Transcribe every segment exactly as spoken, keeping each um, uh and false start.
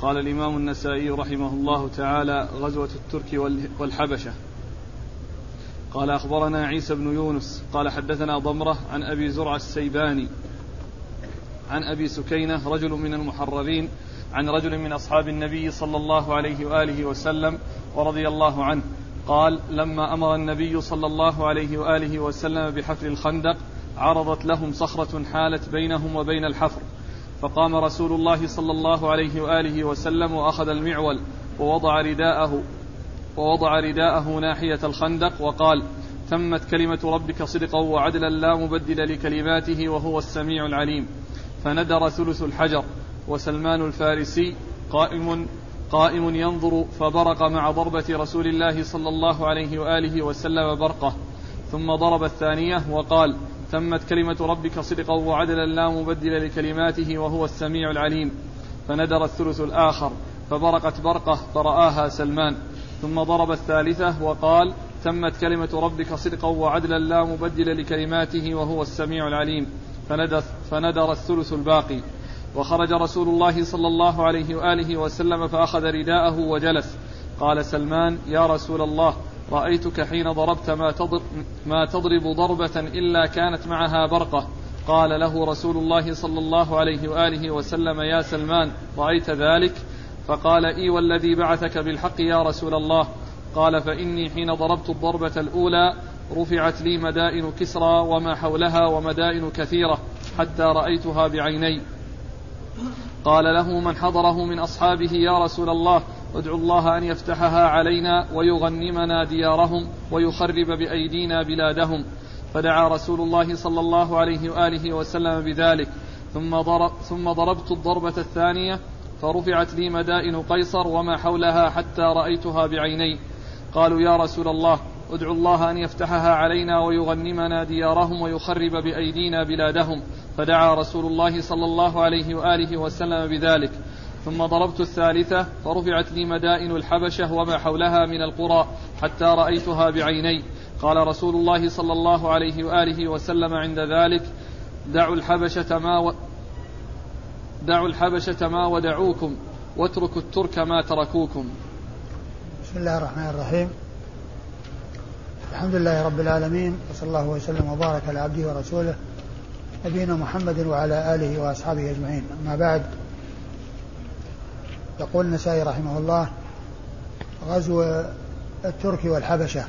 قال الإمام النسائي رحمه الله تعالى: غزوة الترك والحبشة. قال: أخبرنا عيسى بن يونس قال حدثنا ضمرة عن أبي زرع السيباني عن أبي سكينة رجل من المحررين عن رجل من أصحاب النبي صلى الله عليه وآله وسلم ورضي الله عنه قال: لما أمر النبي صلى الله عليه وآله وسلم بحفر الخندق عرضت لهم صخرة حالت بينهم وبين الحفر، فقام رسول الله صلى الله عليه وآله وسلم وأخذ المعول ووضع رداءه ووضع رداءه ناحية الخندق وقال: تمت كلمة ربك صدقا وعدلا لا مبدل لكلماته وهو السميع العليم. فندر ثلث الحجر، وسلمان الفارسي قائم قائم ينظر، فبرق مع ضربة رسول الله صلى الله عليه وآله وسلم برقه، ثم ضرب الثانية وقال: تمت كلمة ربك صدقا وعدلا لا مبدل لكلماته وهو السميع العليم. فندر الثلث الآخر، فبرقت برقه فرآها سلمان، ثم ضرب الثالثة وقال: تمت كلمة ربك صدقا وعدلا لا مبدل لكلماته وهو السميع العليم. فندر, فندر الثلث الباقي، وخرج رسول الله صلى الله عليه وآله وسلم فأخذ رداءه وجلس. قال سلمان: يا رسول الله، رأيتك حين ضربت ما تضرب, ما تضرب ضربة إلا كانت معها برقة. قال له رسول الله صلى الله عليه وآله وسلم: يا سلمان، رأيت ذلك؟ فقال: إي والذي بعثك بالحق يا رسول الله. قال: فإني حين ضربت الضربة الأولى رفعت لي مدائن كسرى وما حولها ومدائن كثيرة حتى رأيتها بعيني. قال له من حضره من أصحابه: يا رسول الله، ادعو الله أن يفتحها علينا ويغنمنا ديارهم ويخرب بأيدينا بلادهم. فدعا رسول الله صلى الله عليه وآله وسلم بذلك، ثم, ضرب ثم ضربت الضربة الثانية فرفعت لي مدائن قيصر وما حولها حتى رأيتها بعيني. قالوا: يا رسول الله، ادعو الله أن يفتحها علينا ويغنمنا ديارهم ويخرب بأيدينا بلادهم. فدعا رسول الله صلى الله عليه وآله وسلم بذلك، ثم ضربت الثالثة فرفعت لي مدائن الحبشة وما حولها من القرى حتى رأيتها بعيني. قال رسول الله صلى الله عليه وآله وسلم عند ذلك: دعوا الحبشة ما, و... دعوا الحبشة ما ودعوكم واتركوا الترك ما تركوكم. بسم الله الرحمن الرحيم. الحمد لله رب العالمين، وصلى الله وسلم وبارك على عبده ورسوله نبينا محمد وعلى آله وأصحابه أجمعين. أما بعد، يقول النسائي رحمه الله: غزو الترك والحبشة.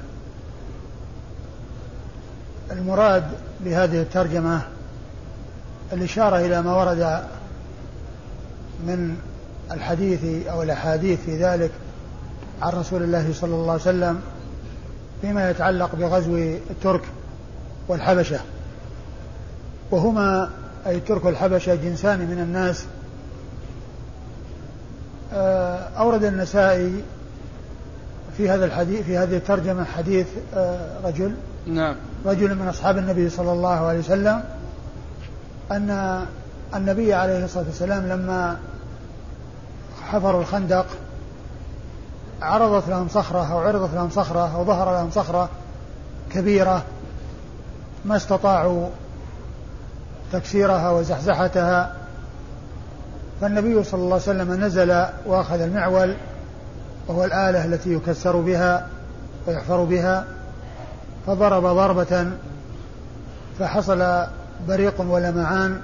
المراد بهذه الترجمة الإشارة إلى ما ورد من الحديث أو الأحاديث في ذلك عن رسول الله صلى الله عليه وسلم فيما يتعلق بغزو الترك والحبشة، وهما أي الترك والحبشة جنسان من الناس. أورد النسائي في هذا الحديث في هذه الترجمة حديث رجل نعم رجل من أصحاب النبي صلى الله عليه وسلم أن النبي عليه الصلاة والسلام لما حفروا الخندق عرضت لهم صخرة أو عرضت لهم صخرة أو ظهر لهم صخرة كبيرة ما استطاعوا تكسيرها وزحزحتها، فالنبي صلى الله عليه وسلم نزل وأخذ المعول وهو الآلة التي يكسر بها ويحفر بها، فضرب ضربة فحصل بريق ولمعان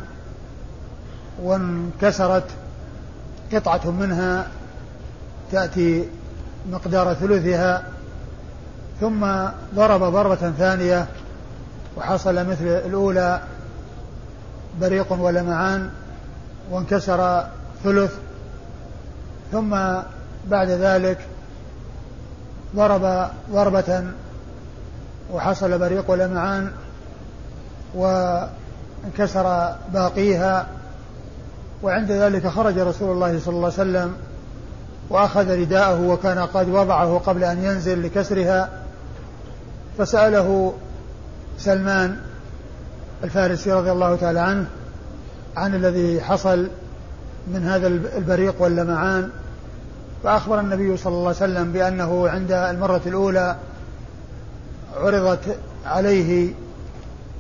وانكسرت قطعة منها تأتي مقدار ثلثها، ثم ضرب ضربة ثانية وحصل مثل الأولى بريق ولمعان وانكسر ثلث، ثم بعد ذلك ضرب ضربة وحصل بريق ولمعان وانكسر باقيها. وعند ذلك خرج رسول الله صلى الله عليه وسلم وأخذ رداءه وكان قد وضعه قبل أن ينزل لكسرها، فسأله سلمان الفارسي رضي الله تعالى عنه عن الذي حصل من هذا البريق واللمعان، فأخبر النبي صلى الله عليه وسلم بأنه عند المرة الأولى عرضت عليه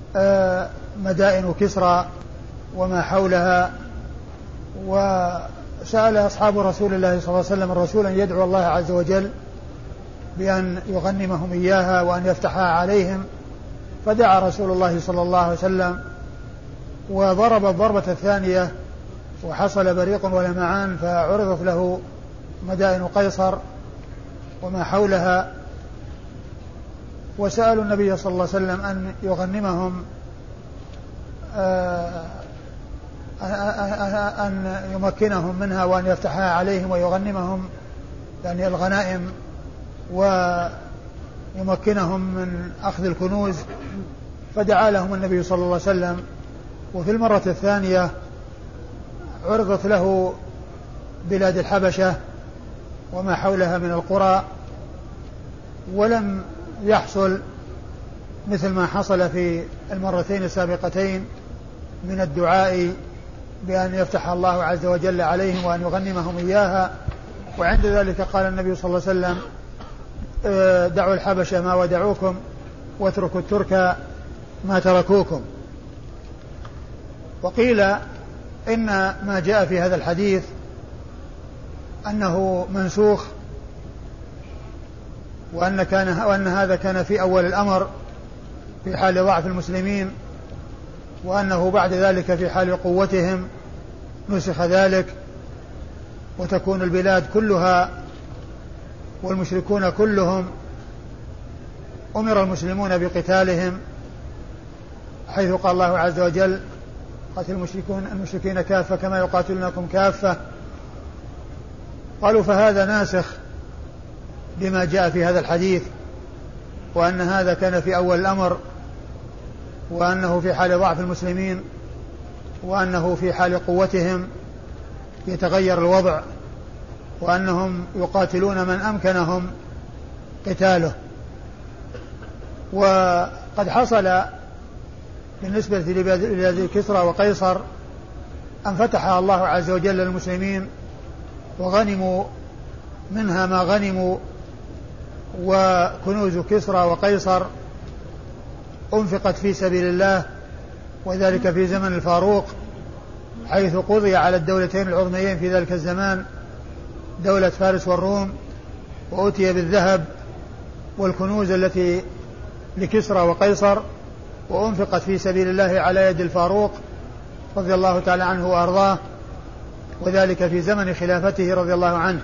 مدائن كسرى وما حولها سأل أصحاب رسول الله صلى الله عليه وسلم الرسول أن يدعو الله عز وجل بأن يغنمهم إياها وأن يفتحها عليهم، فدعا رسول الله صلى الله عليه وسلم وضرب الضربة الثانية وحصل بريق ولمعان، فعرضت له مدائن قيصر وما حولها، وسألوا النبي صلى الله عليه وسلم أن يغنمهم أن يمكنهم منها وأن يفتحها عليهم ويغنمهم يعني الغنائم ويمكنهم من أخذ الكنوز، فدعا لهم النبي صلى الله عليه وسلم. وفي المرة الثانية عرضت له بلاد الحبشة وما حولها من القرى، ولم يحصل مثل ما حصل في المرتين السابقتين من الدعاء بأن يفتح الله عز وجل عليهم وأن يغنمهم إياها. وعند ذلك قال النبي صلى الله عليه وسلم دعوا الحبشة ما ودعوكم واتركوا الترك ما تركوكم. وقيل إن ما جاء في هذا الحديث أنه منسوخ، وأن, كان وأن هذا كان في أول الأمر في حال ضعف المسلمين، وأنه بعد ذلك في حال قوتهم نسخ ذلك، وتكون البلاد كلها والمشركون كلهم أمر المسلمون بقتالهم، حيث قال الله عز وجل قاتل المشركون المشركين كافة كما يقاتلونكم كافة. قالوا فهذا ناسخ بما جاء في هذا الحديث، وأن هذا كان في أول الأمر، وأنه في حال ضعف المسلمين، وأنه في حال قوتهم يتغير الوضع، وأنهم يقاتلون من أمكنهم قتاله. وقد حصل بالنسبة لبلاد كسرى وقيصر أن فتحها الله عز وجل للمسلمين وغنموا منها ما غنموا، وكنوز كسرى وقيصر أنفقت في سبيل الله، وذلك في زمن الفاروق، حيث قضي على الدولتين العظميين في ذلك الزمان، دولة فارس والروم، وأتي بالذهب والكنوز التي لكسرى وقيصر وأنفقت في سبيل الله على يد الفاروق رضي الله تعالى عنه وأرضاه، وذلك في زمن خلافته رضي الله عنه.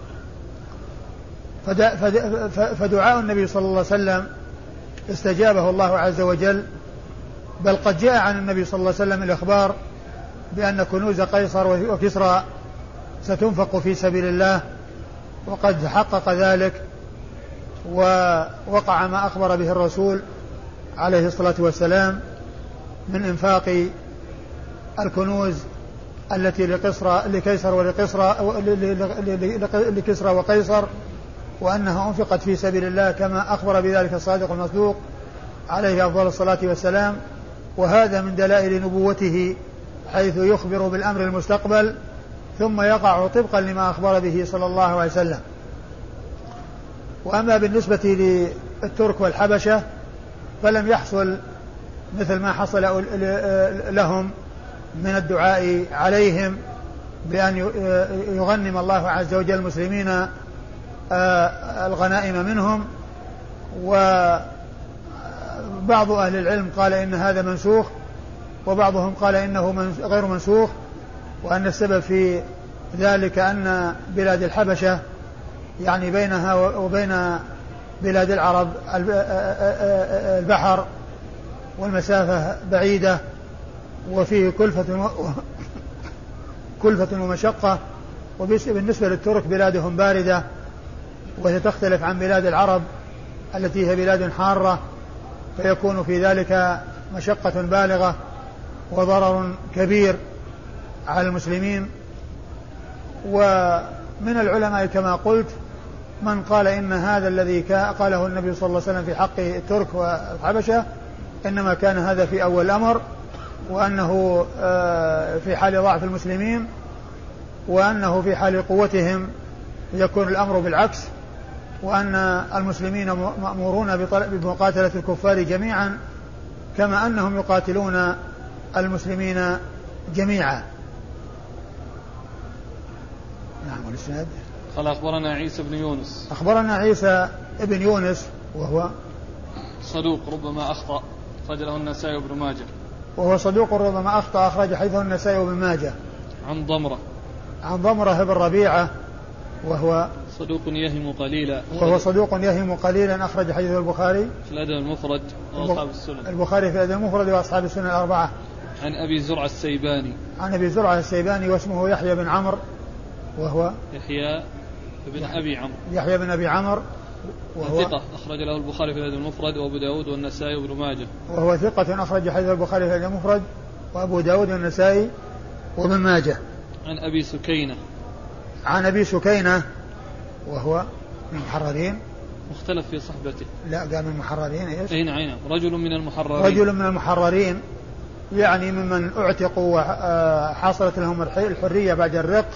فدعاء النبي صلى الله عليه وسلم استجابه الله عز وجل، بل قد جاء عن النبي صلى الله عليه وسلم الإخبار بأن كنوز قيصر وكسرى ستنفق في سبيل الله، وقد حقق ذلك ووقع ما أخبر به الرسول عليه الصلاة والسلام من إنفاق الكنوز التي لقصر لكيسر ولقصر لكسرى وقيصر، وأنها أنفقت في سبيل الله كما أخبر بذلك الصادق المصدوق عليه أفضل الصلاة والسلام. وهذا من دلائل نبوته، حيث يخبر بالأمر المستقبل ثم يقع طبقا لما أخبر به صلى الله عليه وسلم. وأما بالنسبة للترك والحبشة فلم يحصل مثل ما حصل لهم من الدعاء عليهم بأن يغنم الله عز وجل المسلمين الغنائم منهم. وبعض أهل العلم قال إن هذا منسوخ، وبعضهم قال إنه غير منسوخ، وأن السبب في ذلك أن بلاد الحبشة يعني بينها وبين بلاد العرب البحر والمسافة بعيدة، وفيه كلفة كلفة ومشقة. وبالنسبة للترك بلادهم باردة وتختلف عن بلاد العرب التي هي بلاد حارة، فيكون في ذلك مشقة بالغة وضرر كبير على المسلمين. ومن العلماء كما قلت من قال إن هذا الذي قاله النبي صلى الله عليه وسلم في حق الترك والحبشة إنما كان هذا في أول الأمر، وأنه في حال ضعف المسلمين، وأنه في حال قوتهم يكون الأمر بالعكس، وأن المسلمين مأمورون بمقاتلة الكفار جميعا كما أنهم يقاتلون المسلمين جميعا. نعم. والإسناد قال أخبرنا عيسى بن يونس. أخبرنا عيسى بن يونس وهو صدوق ربما أخطأ، أخرج له النسائي وابن ماجه. وهو صدوق ربما أخطأ، أخرج حديثه النسائي وابن ماجه. عن ضمرة. عن ضمرة بن ربيعة وهو صدوق يهم قليلا. وهو صدوق يهم قليلا، أخرج حديثه البخاري في الأدب المفرد وأصحاب السنن. البخاري في الأدب المفرد وأصحاب السنن الأربعة. عن أبي زرعة السيباني. عن أبي زرعة السيباني واسمه يحيى بن عمرو وهو يحيى بن أبي عمرو. يحيى بن أبي عمرو وهو ثقة، أخرج له البخاري في الأدب المفرد وأبو داود والنسائي وابن ماجه. وهو ثقة أخرج حديث البخاري في الأدب المفرد وأبو داود والنسائي وابن ماجه. عن أبي سكينة. عن أبي سكينة وهو من المحررين. مختلف في صحبته. لا قال من المحررين ايش؟ اي نعم، رجل من المحررين. رجل من المحررين يعني ممن اعتقوا وحصلت لهم الحرية بعد الرق،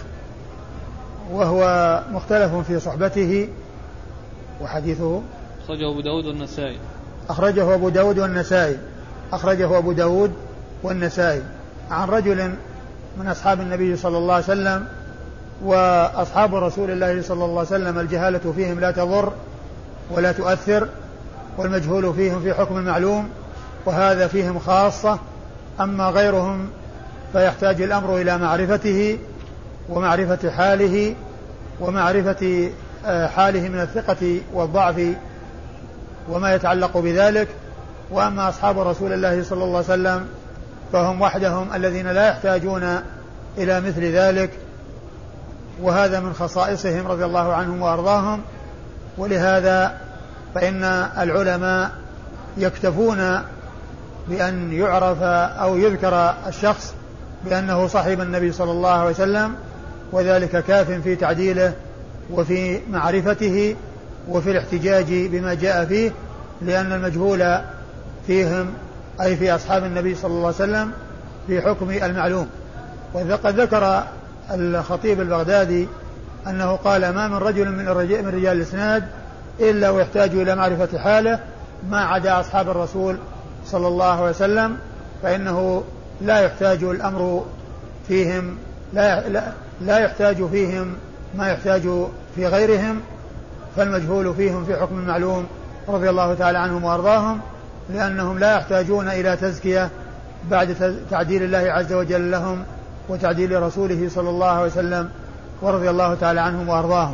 وهو مختلف في صحبته. وحديثه أخرجه أبو داود والنسائي. أخرجه أبو داود والنسائي. أخرجه أبو داود والنسائي عن رجل من أصحاب النبي صلى الله عليه وسلم. وأصحاب رسول الله صلى الله عليه وسلم الجهالة فيهم لا تضر ولا تؤثر، والمجهول فيهم في حكم المعلوم، وهذا فيهم خاصة. أما غيرهم فيحتاج الأمر إلى معرفته ومعرفة حاله ومعرفة حاله من الثقة والضعف وما يتعلق بذلك. وأما أصحاب رسول الله صلى الله عليه وسلم فهم وحدهم الذين لا يحتاجون إلى مثل ذلك، وهذا من خصائصهم رضي الله عنهم وأرضاهم. ولهذا فإن العلماء يكتفون بأن يعرف أو يذكر الشخص بأنه صاحب النبي صلى الله عليه وسلم، وذلك كاف في تعديله وفي معرفته وفي الاحتجاج بما جاء فيه، لأن المجهول فيهم أي في أصحاب النبي صلى الله عليه وسلم في حكم المعلوم. وقد ذكر الخطيب البغدادي أنه قال: ما من رجل من رجال الإسناد إلا ويحتاج إلى معرفة حاله ما عدا أصحاب الرسول صلى الله عليه وسلم، فإنه لا يحتاج الأمر فيهم لا, لا, لا يحتاج فيهم ما يحتاج في غيرهم، فالمجهول فيهم في حكم المعلوم رضي الله تعالى عنهم وأرضاهم، لأنهم لا يحتاجون إلى تزكية بعد تعديل الله عز وجل لهم وتعديل رسوله صلى الله عليه وسلم ورضي الله تعالى عنهم وأرضاهم.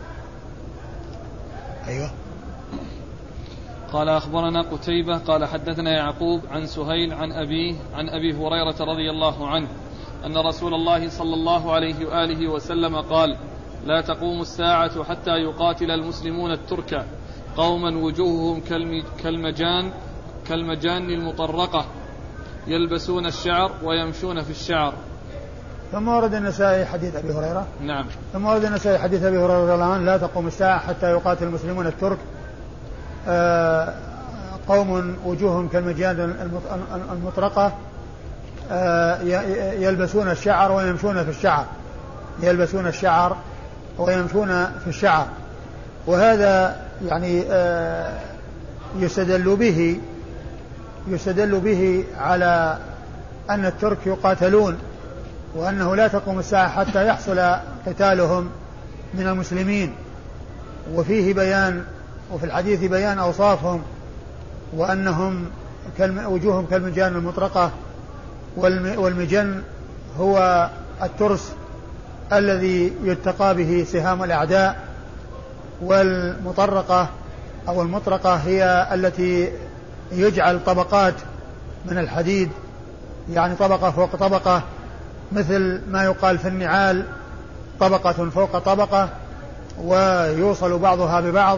أيوة. قال أخبرنا قتيبة قال حدثنا يعقوب عن سهيل عن أبيه عن أبي هريرة رضي الله عنه أن رسول الله صلى الله عليه وآله وسلم قال: لا تقوم الساعة حتى يقاتل المسلمون الترك قوما وجوههم كالمجان كالمجان المطرقة يلبسون الشعر ويمشون في الشعر. ثم ورد النسائي حديث أبي هريرة. نعم. ثم ورد النسائي حديث أبي هريرة رضي الله عنه: لا تقوم الساعة حتى يقاتل المسلمون الترك آه قوم وجوههم كالمجان المطرقة آه يلبسون الشعر ويمشون في الشعر يلبسون الشعر ويمشون في الشعر. وهذا يعني آه يستدل به يستدل به على أن الترك يقاتلون، وأنه لا تقوم الساعة حتى يحصل قتالهم من المسلمين. وفيه بيان وفي الحديث بيان أوصافهم، وأنهم وجوههم كالمجان المطرقة، والمجن هو الترس الذي يتقى به سهام الأعداء، والمطرقة أو المطرقة هي التي يجعل طبقات من الحديد، يعني طبقة فوق طبقة، مثل ما يقال في النعال طبقة فوق طبقة ويوصل بعضها ببعض.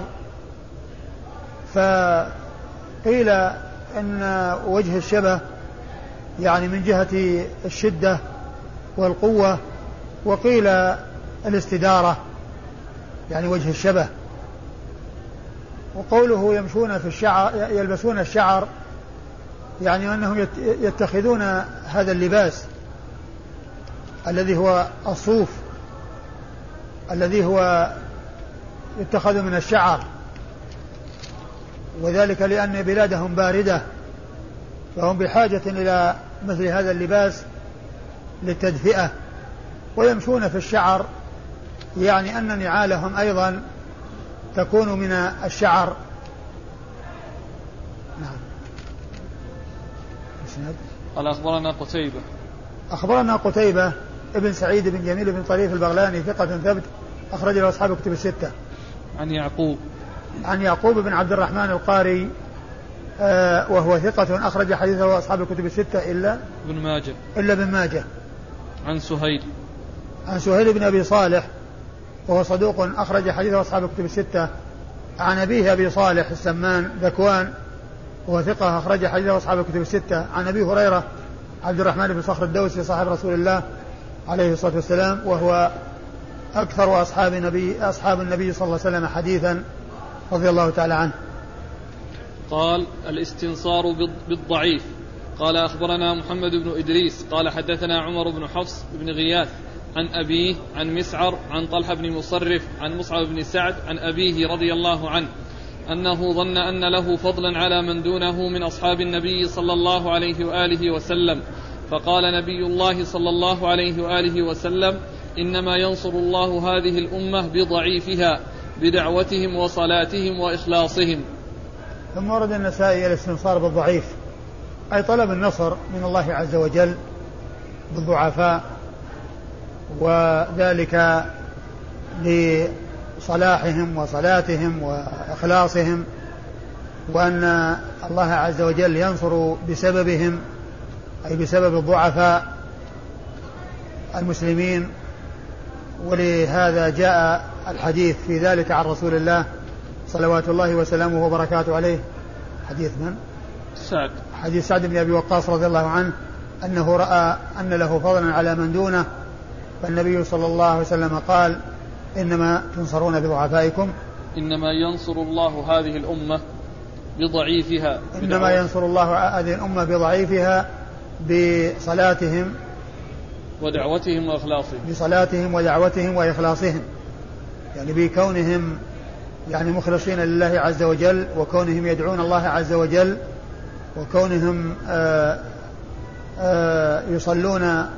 فقيل إن وجه الشبه يعني من جهة الشدة والقوة، وقيل الاستدارة يعني وجه الشبه. وقوله يمشون في الشعر يلبسون الشعر يعني أنهم يتخذون هذا اللباس الذي هو الصوف الذي هو يتخذ من الشعر، وذلك لأن بلادهم باردة فهم بحاجة إلى مثل هذا اللباس للتدفئة، ويمشون في الشعر يعني أن نعالهم أيضا تكون من الشعر. نعم. قال أخبرنا قتيبة أخبرنا قتيبة ابن سعيد بن جميل بن طريف البغلاني ثقة ثبت أخرج له أصحاب كتب الستة. عن يعقوب عن يعقوب بن عبد الرحمن القاري آه وهو ثقة أخرج حديثه أصحاب الكتب الستة إلا ابن ماجه إلا ابن ماجه. عن سهيل عن سهيل بن أبي صالح وهو صدوق أخرج حديثه أصحاب الكتب الستة. عن أبيه أبي صالح السمان ذكوان وهو ثقة أخرج حديثه أصحاب الكتب الستة. عن أبي هريرة عبد الرحمن بن صخر الدوسي صاحب رسول الله عليه الصلاة والسلام وهو أكثر أصحاب النبي أصحاب النبي صلى الله عليه وسلم حديثا رضي الله تعالى عنه. قال الاستنصار بالضعيف. قال أخبرنا محمد بن إدريس قال حدثنا عمر بن حفص بن غياث عن أبيه عن مسعر عن طلحة بن مصرف عن مصعب بن سعد عن أبيه رضي الله عنه أنه ظن أن له فضلا على من دونه من أصحاب النبي صلى الله عليه وآله وسلم فقال نبي الله صلى الله عليه وآله وسلم إنما ينصر الله هذه الأمة بضعيفها بدعوتهم وصلاتهم وإخلاصهم. ثم ورد النسائي الاستنصار بالضعيف أي طلب النصر من الله عز وجل بالضعفاء وذلك لصلاحهم وصلاتهم وإخلاصهم وأن الله عز وجل ينصر بسببهم أي بسبب الضعفاء المسلمين. ولهذا جاء الحديث في ذلك عن رسول الله صلوات الله وسلامه وبركاته عليه. حديث من؟ سعد حديث سعد بن أبي وقاص رضي الله عنه أنه رأى أن له فضلا على من دونه فالنبي صلى الله عليه وسلم قال إنما تنصرون بضعفائكم إنما ينصر الله هذه الأمة بضعيفها إنما ينصر الله هذه الأمة بضعيفها بصلاتهم ودعوتهم وإخلاصهم بصلاتهم ودعوتهم وإخلاصهم يعني بكونهم يعني مخلصين لله عز وجل وكونهم يدعون الله عز وجل وكونهم آآ آآ يصلون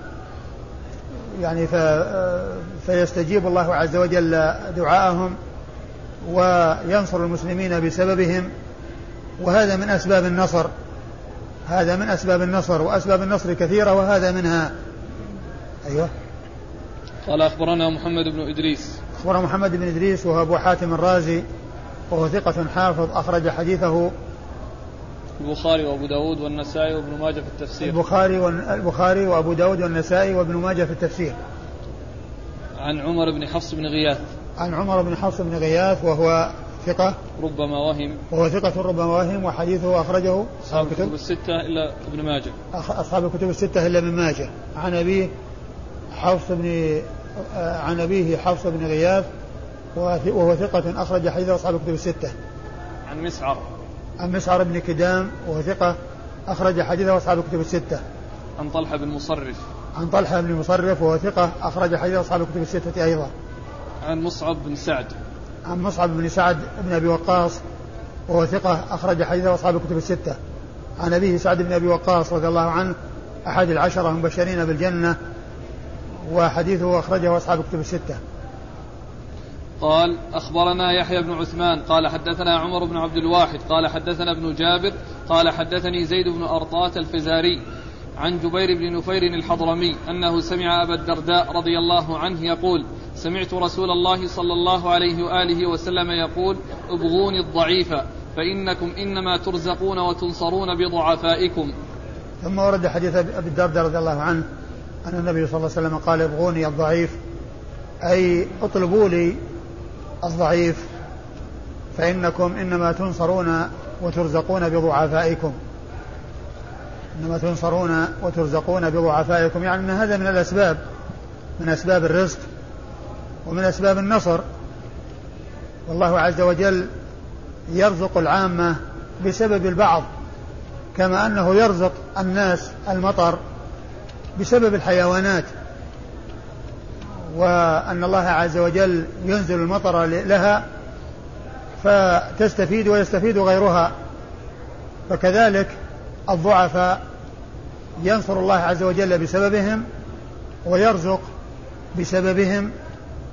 يعني فيستجيب الله عز وجل دعاءهم وينصر المسلمين بسببهم. وهذا من أسباب النصر هذا من أسباب النصر وأسباب النصر كثيرة وهذا منها. أيوة. قال أخبرنا محمد بن إدريس أخبرنا محمد بن إدريس وهو أبو حاتم الرازي وهو ثقة حافظ أخرج حديثه البخاري وأبو داود والنسائي وابن ماجه في التفسير. البخاري والبخاري وأبو داود والنسائي وابن ماجه في التفسير. عن عمر بن حفص بن غياث عن عمر بن حفص بن غياث وهو ثقة ربما وهم وهو ثقة ربما وهم وحديثه أخرجه أصحاب الكتب الستة إلا ابن ماجه أصحاب الكتب الستة إلا ابن ماجه. عن أبيه حفص بن عن أبيه حفص بن غياث وهو ثقة أخرج حديثه أصحاب الكتب الستة. عن مسعر عن مسعر بن كدام وهو ثقة أخرج حديثه أصحاب الكتب الستة. عن طلحة بن مصرف عن طلحة بن مصرف وهو ثقة أخرج حديثه أصحاب الكتب الستة أيضا. عن مصعب بن سعد عن مصعب بن سعد بن أبي وقاص وهو ثقة أخرج حديثه أصحاب الكتب الستة. عن أبيه سعد بن أبي وقاص رضي الله عنه أحد العشرة المبشرين بالجنة وحديثه أخرجه أصحاب الكتب الستة. قال أخبرنا يحيى بن عثمان قال حدثنا عمر بن عبد الواحد قال حدثنا ابن جابر قال حدثني زيد بن أرطاة الفزاري عن جبير بن نفير الحضرمي أنه سمع أبا الدرداء رضي الله عنه يقول سمعت رسول الله صلى الله عليه وآله وسلم يقول ابغوني الضعيف فإنكم إنما ترزقون وتنصرون بضعفائكم. ثم ورد حديث أبي الدرداء رضي الله عنه أن النبي صلى الله عليه وسلم قال ابغوني الضعيف أي اطلبوا لي الضعيف فإنكم إنما تنصرون وترزقون بضعفائكم إنما تنصرون وترزقون بضعفائكم يعني أن هذا من الأسباب من أسباب الرزق ومن أسباب النصر. والله عز وجل يرزق العامة بسبب البعض كما أنه يرزق الناس المطر بسبب الحيوانات وأن الله عز وجل ينزل المطر لها فتستفيد ويستفيد غيرها. فكذلك الضعفاء ينصر الله عز وجل بسببهم ويرزق بسببهم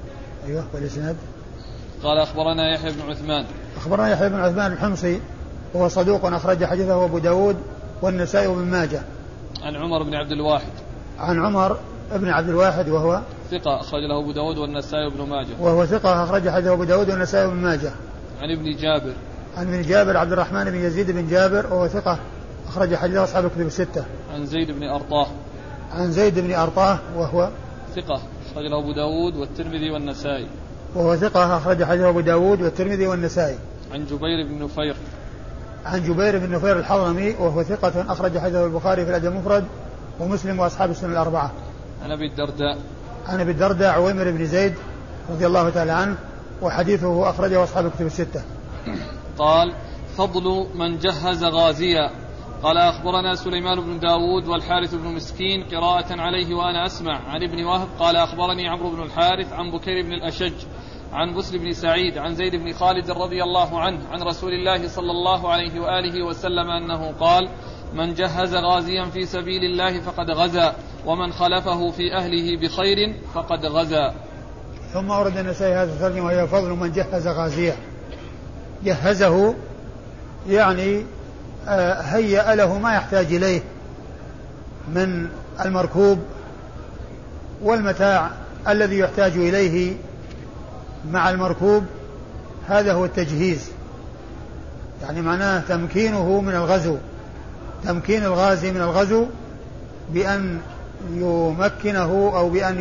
أيوه. والإسناد. قال أخبرنا يحيى بن عثمان. أخبرنا يحيى بن عثمان الحمصي وهو صدوق أخرج حديثه أبو داود والنسائي وابن ماجه. عن عمر بن عبد الواحد. عن عمر بن عبد الواحد وهو ثقة أخرج له أبو داود والنسائي وابن ماجه. وهو ثقة أخرج حديثه أبو داود والنسائي وابن ماجه. عن ابن جابر. عن ابن جابر عبد الرحمن بن يزيد بن جابر وهو ثقة أخرج حديثه أصحاب الكتب الستة. عن زيد بن أرطاه. عن زيد بن أرطاه وهو ثقة أخرج له أبو داود والترمذي والنسائي. وهو ثقة أخرج حديثه أبو داود والترمذي والنسائي. عن جبير بن نفير. عن جبير بن نفير الحضرمي وهو ثقة أخرج حديثه البخاري في الأدب المفرد ومسلم وأصحاب السنن الأربعة. عن أبي الدرداء. عن أبي الدرداء عويمر بن زيد رضي الله تعالى عنه وحديثه أخرجه أصحاب الكتب الستة. قال: فضل من جهز غازيا. قال: أخبرنا سليمان بن داود والحارث بن مسكين قراءة عليه وأنا أسمع عن ابن وهب قال: أخبرني عمرو بن الحارث عن بكير بن الأشج عن بسر بن سعيد عن زيد بن خالد رضي الله عنه عن رسول الله صلى الله عليه وآله وسلم أنه قال: من جهز غازيا في سبيل الله فقد غزا ومن خلفه في أهله بخير فقد غزا. ثم أورد النسائي هذا الترجمة وهي فضل من جهز غازيا. جهزه يعني هيأ له ما يحتاج إليه من المركوب والمتاع الذي يحتاج إليه مع المركوب، هذا هو التجهيز، يعني معناه تمكينه من الغزو، تمكين الغازي من الغزو بأن يمكنه أو بأن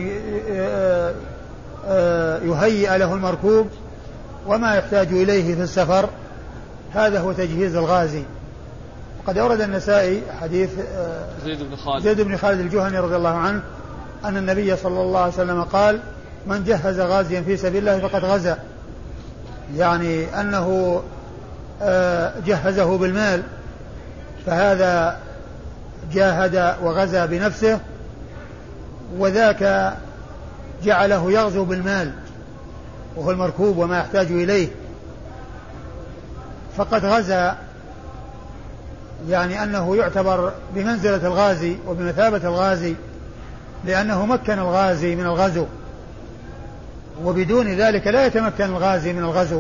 يهيئ له المركوب وما يحتاج إليه في السفر، هذا هو تجهيز الغازي. وقد أورد النسائي حديث زيد بن خالد زيد بن خالد الجهني رضي الله عنه أن النبي صلى الله عليه وسلم قال: من جهز غازيا في سبيل الله فقد غزا، يعني أنه جهزه بالمال، فهذا جاهد وغزا بنفسه، وذاك جعله يغزو بالمال وهو المركوب وما يحتاج إليه، فقد غزا، يعني أنه يعتبر بمنزلة الغازي وبمثابة الغازي، لأنه مكن الغازي من الغزو، وبدون ذلك لا يتمكن الغازي من الغزو.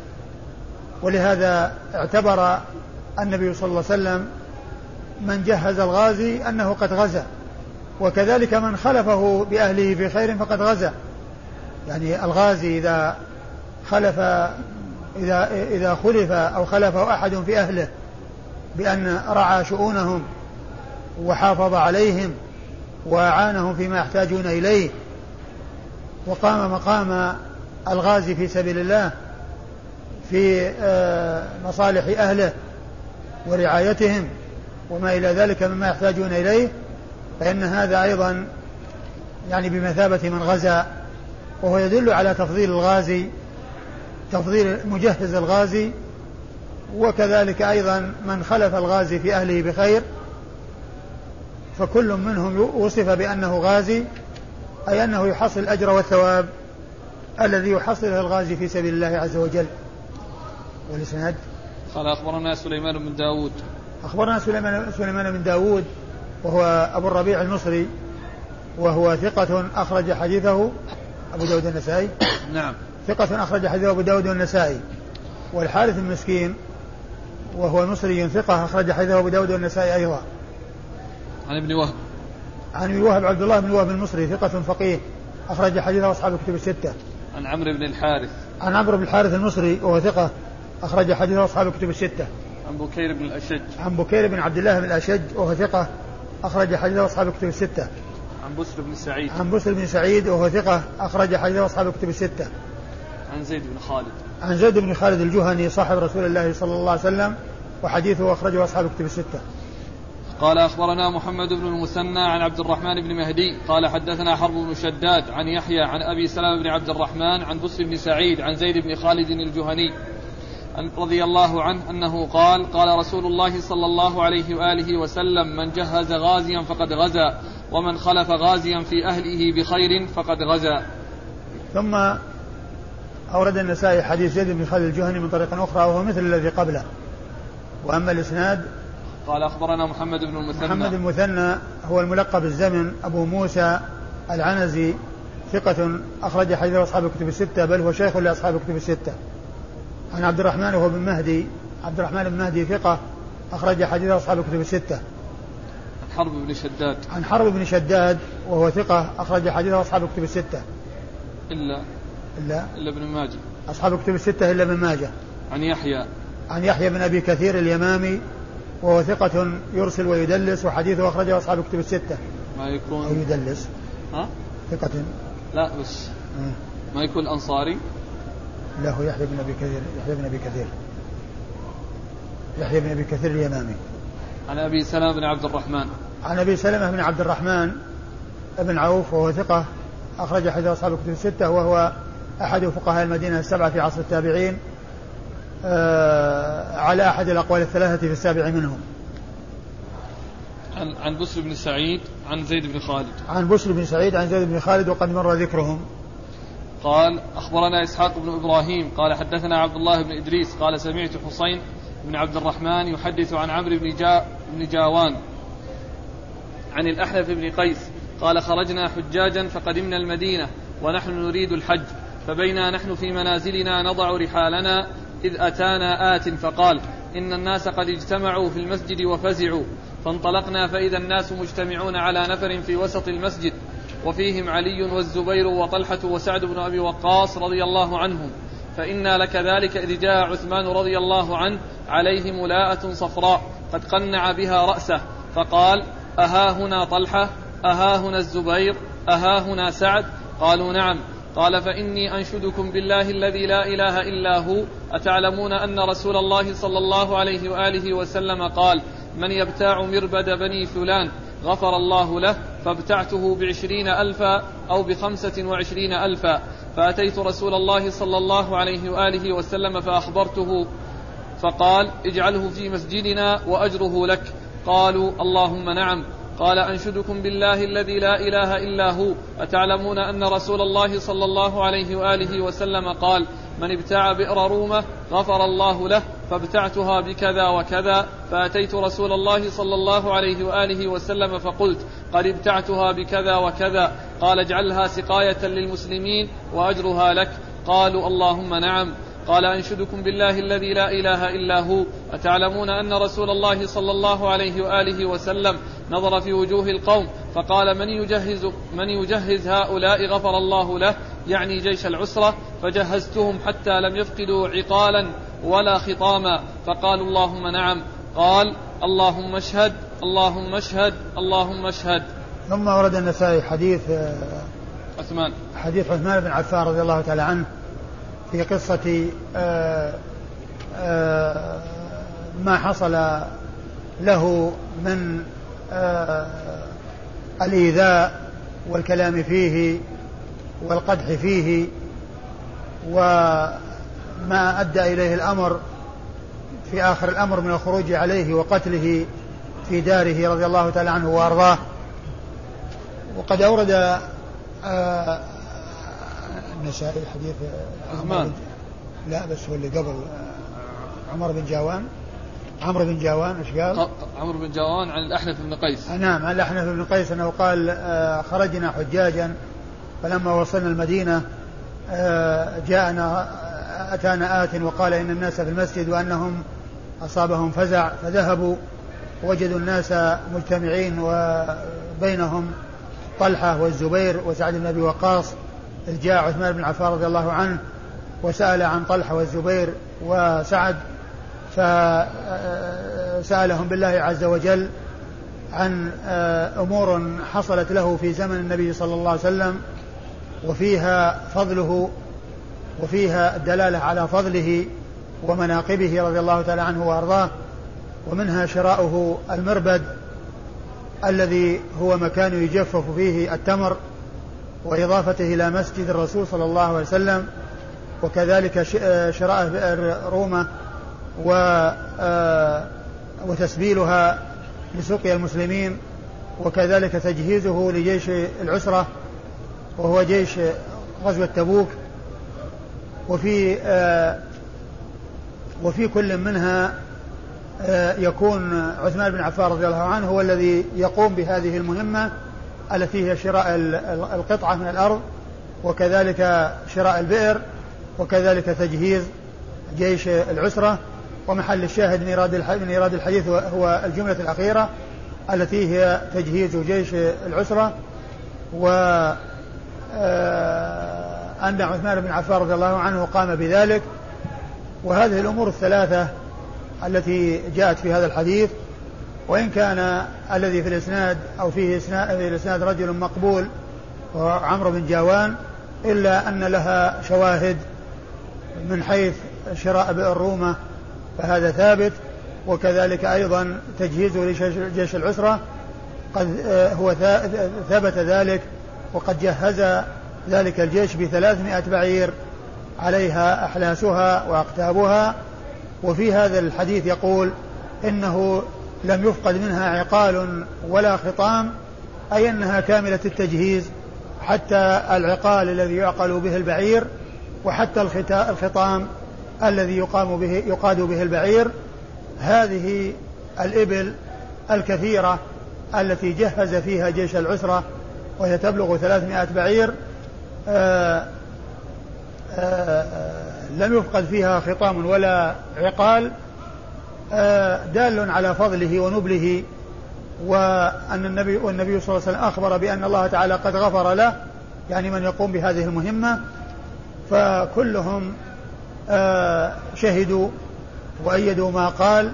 ولهذا اعتبر النبي صلى الله عليه وسلم من جهز الغازي أنه قد غزا، وكذلك من خلفه بأهله في خير فقد غزا، يعني الغازي إذا خلف إذا إذا خلف أو خلفه أحد في أهله بأن رعى شؤونهم وحافظ عليهم وأعانهم فيما يحتاجون إليه وقام مقام الغازي في سبيل الله في مصالح أهله ورعايتهم وما إلى ذلك مما يحتاجون إليه، فإن هذا أيضا يعني بمثابة من غزا، وهو يدل على تفضيل الغازي، تفضيل مجهز الغازي، وكذلك أيضا من خلف الغازي في أهله بخير، فكل منهم وصف بأنه غازي، أي أنه يحصل الأجر والثواب الذي يحصله الغازي في سبيل الله عز وجل. والإسناد. قال: أخبرنا سليمان بن داود. أخبرنا سليمان, سليمان بن داود وهو أبو الربيع المصري، وهو ثقة أخرج حديثه أبو داود النسائي. نعم. ثقة أخرج حديثه أبو داود النسائي. والحارث المسكين وهو مصري ثقة أخرج حديثه أبو داود النسائي أيضا. عن ابن وهب. عن ابن وهب عبد الله بن وهب المصري ثقة فقيه أخرج حديثه أصحاب الكتب الستة. عن عمرو بن الحارث. عن عمرو بن الحارث المصري وهو ثقة أخرج حديثه أصحاب الكتب الستة. عن بكير بن الأشج. عن بكير بن عبد الله بن الأشج وهو ثقة أخرج حديثه أصحاب الكتب الستة. عن بسر بن سعيد. عن بسر بن سعيد وهو ثقة أخرج حديثه أصحاب الكتب الستة. عن زيد بن خالد. عن زيد بن خالد الجهني صاحب رسول الله صلى الله عليه وسلم وحديثه أخرجه أصحاب الكتب الستة. قال: أخبرنا محمد بن المثنى عن عبد الرحمن بن مهدي قال: حدثنا حرب بن شداد عن يحيى عن أبي سلمة بن عبد الرحمن عن بسر بن سعيد عن زيد بن خالد الجهني رضي الله عنه أنه قال: قال رسول الله صلى الله عليه وآله وسلم: من جهز غازيا فقد غزا ومن خلف غازيا في أهله بخير فقد غزا. ثم أورد النسائي حديث زيد بن خالد الجهني من طريق أخرى وهو مثل الذي قبله. وأما الإسناد قال: أخبرنا محمد بن المثنى. محمد المثنى هو الملقب الزمن أبو موسى العنزي ثقة أخرج حديثه أصحاب الكتب الستة، بل هو شيخ لأصحاب الكتب الستة. عن عبد الرحمن وهو بن مهدي، عبد الرحمن بن مهدي ثقة أخرج حديثه أصحاب الكتب الستة. عن حرب بن شداد، عن حرب بن شداد وهو ثقة أخرج حديثه أصحاب الكتب الستة إلا إلا إلا ابن ماجه، أصحاب الكتب الستة إلا ابن ماجه. عن يحيى، عن يحيى بن أبي كثير اليمامي وهو ثقة يرسل ويدلس، وحديثه أخرجه أصحاب الكتب الستة. ما يكون أو يدلس ها؟ ثقة لا بس م. ما يكون أنصاري. لا هو يحيى بن أبي كثير، يحيى بن أبي كثير يحيى بن أبي كثير اليمامي. عن أبي سلمة بن عبد الرحمن، عن أبي سلمة بن عبد الرحمن بن عوف وهو ثقة أخرج حديث أصحاب الكتب الستة، وهو أحد فقهاء المدينة السبعة في عصر التابعين، آه على أحد الأقوال الثلاثة في السابع منهم. عن عن بسر بن سعيد عن زيد بن خالد، عن بسر بن سعيد عن زيد بن خالد وقد مر ذكرهم. قال أخبرنا إسحاق بن إبراهيم قال حدثنا عبد الله بن إدريس قال سمعت حسين بن عبد الرحمن يحدث عن عمرو بن, جا بن جاوان عن الأحنف بن قيس قال خرجنا حجاجا فقدمنا المدينة ونحن نريد الحج، فبينا نحن في منازلنا نضع رحالنا إذ أتانا آت فقال إن الناس قد اجتمعوا في المسجد وفزعوا، فانطلقنا فإذا الناس مجتمعون على نفر في وسط المسجد وفيهم علي والزبير وطلحة وسعد بن أبي وقاص رضي الله عنهم، فإنا لكذلك إذ جاء عثمان رضي الله عنه عليه ملاءة صفراء قد قنع بها رأسه، فقال أها هنا طلحة أها هنا الزبير أها هنا سعد؟ قالوا نعم. قال فإني أنشدكم بالله الذي لا إله إلا هو أتعلمون أن رسول الله صلى الله عليه وآله وسلم قال من يبتاع مربد بني فلان غفر الله له، فابتعته بعشرين ألفا أو بخمسة وعشرين ألفا، فأتيت رسول الله صلى الله عليه وآله وسلم فأخبرته فقال اجعله في مسجدنا وأجره لك. قالوا اللهم نعم. قال أنشدكم بالله الذي لا إله إلا هو أتعلمون أن رسول الله صلى الله عليه وآله وسلم قال من ابتاع بئر رومة غفر الله له، فابتعتها بكذا وكذا، فأتيت رسول الله صلى الله عليه وآله وسلم فقلت قد ابتعتها بكذا وكذا، قال اجعلها سقاية للمسلمين وأجرها لك. قالوا اللهم نعم. قال أنشدكم بالله الذي لا إله إلا هو أتعلمون أن رسول الله صلى الله عليه وآله وسلم نظر في وجوه القوم فقال من يجهز, من يجهز هؤلاء غفر الله له، يعني جيش العسرة، فجهزتهم حتى لم يفقدوا عقالا ولا خطاما، فقالوا اللهم نعم. قال اللهم اشهد اللهم اشهد اللهم اشهد. ثم ورد النسائي حديث عثمان حديث عثمان بن عفان رضي الله تعالى عنه في قصة آآ آآ ما حصل له من الإيذاء والكلام فيه والقدح فيه، وما أدى إليه الأمر في آخر الأمر من الخروج عليه وقتله في داره رضي الله تعالى عنه وأرضاه. وقد أورد النسائي حديث عثمان، لا بس هو اللي قبل عمر بن جاوان عمرو بن جاوان ايش قال؟ عمرو بن جاوان عن الأحنف بن قيس. نعم عن الأحنف بن قيس أنه قال خرجنا حجاجا فلما وصلنا المدينة جاءنا أتانا آت وقال إن الناس في المسجد وأنهم أصابهم فزع، فذهبوا وجدوا الناس مجتمعين وبينهم طلحة والزبير وسعد بن أبي وقاص. إذ جاء عثمان بن عفان رضي الله عنه وسأل عن طلحة والزبير وسعد، فسألهم بالله عز وجل عن أمور حصلت له في زمن النبي صلى الله عليه وسلم وفيها فضله وفيها الدلالة على فضله ومناقبه رضي الله تعالى عنه وأرضاه، ومنها شراؤه المربد الذي هو مكان يجفف فيه التمر وإضافته إلى مسجد الرسول صلى الله عليه وسلم، وكذلك شراء بئر رومة وتسبيلها لسقيا المسلمين، وكذلك تجهيزه لجيش العسرة وهو جيش غزوة تبوك. وفي وفي كل منها يكون عثمان بن عفان رضي الله عنه هو الذي يقوم بهذه المهمة التي هي شراء القطعة من الأرض وكذلك شراء البئر، وكذلك تجهيز جيش العسرة. ومحل الشاهد من إيراد الحديث هو الجملة الأخيرة التي هي تجهيز جيش العسرة، وأن عثمان بن عفان رضي الله عنه قام بذلك. وهذه الأمور الثلاثة التي جاءت في هذا الحديث، وإن كان الذي في الإسناد أو فيه في الإسناد رجل مقبول وعمرو بن جاوان، إلا أن لها شواهد من حيث شراء بئر رومة فهذا ثابت، وكذلك أيضا تجهيز جيش العسرة قد هو ثبت ذلك، وقد جهز ذلك الجيش بثلاثمائة بعير عليها أحلاسها وأقتابها. وفي هذا الحديث يقول إنه لم يفقد منها عقال ولا خطام، أي أنها كاملة التجهيز، حتى العقال الذي يعقل به البعير، وحتى الخطام الذي يقام به يقاد به البعير. هذه الإبل الكثيرة التي جهز فيها جيش العسرة وهي تبلغ ثلاثمائة بعير آآ آآ لم يفقد فيها خطام ولا عقال، دال على فضله ونبله، وأن النبي والنبي صلى الله عليه وسلم أخبر بأن الله تعالى قد غفر له، يعني من يقوم بهذه المهمة. فكلهم شهدوا وأيدوا ما قال.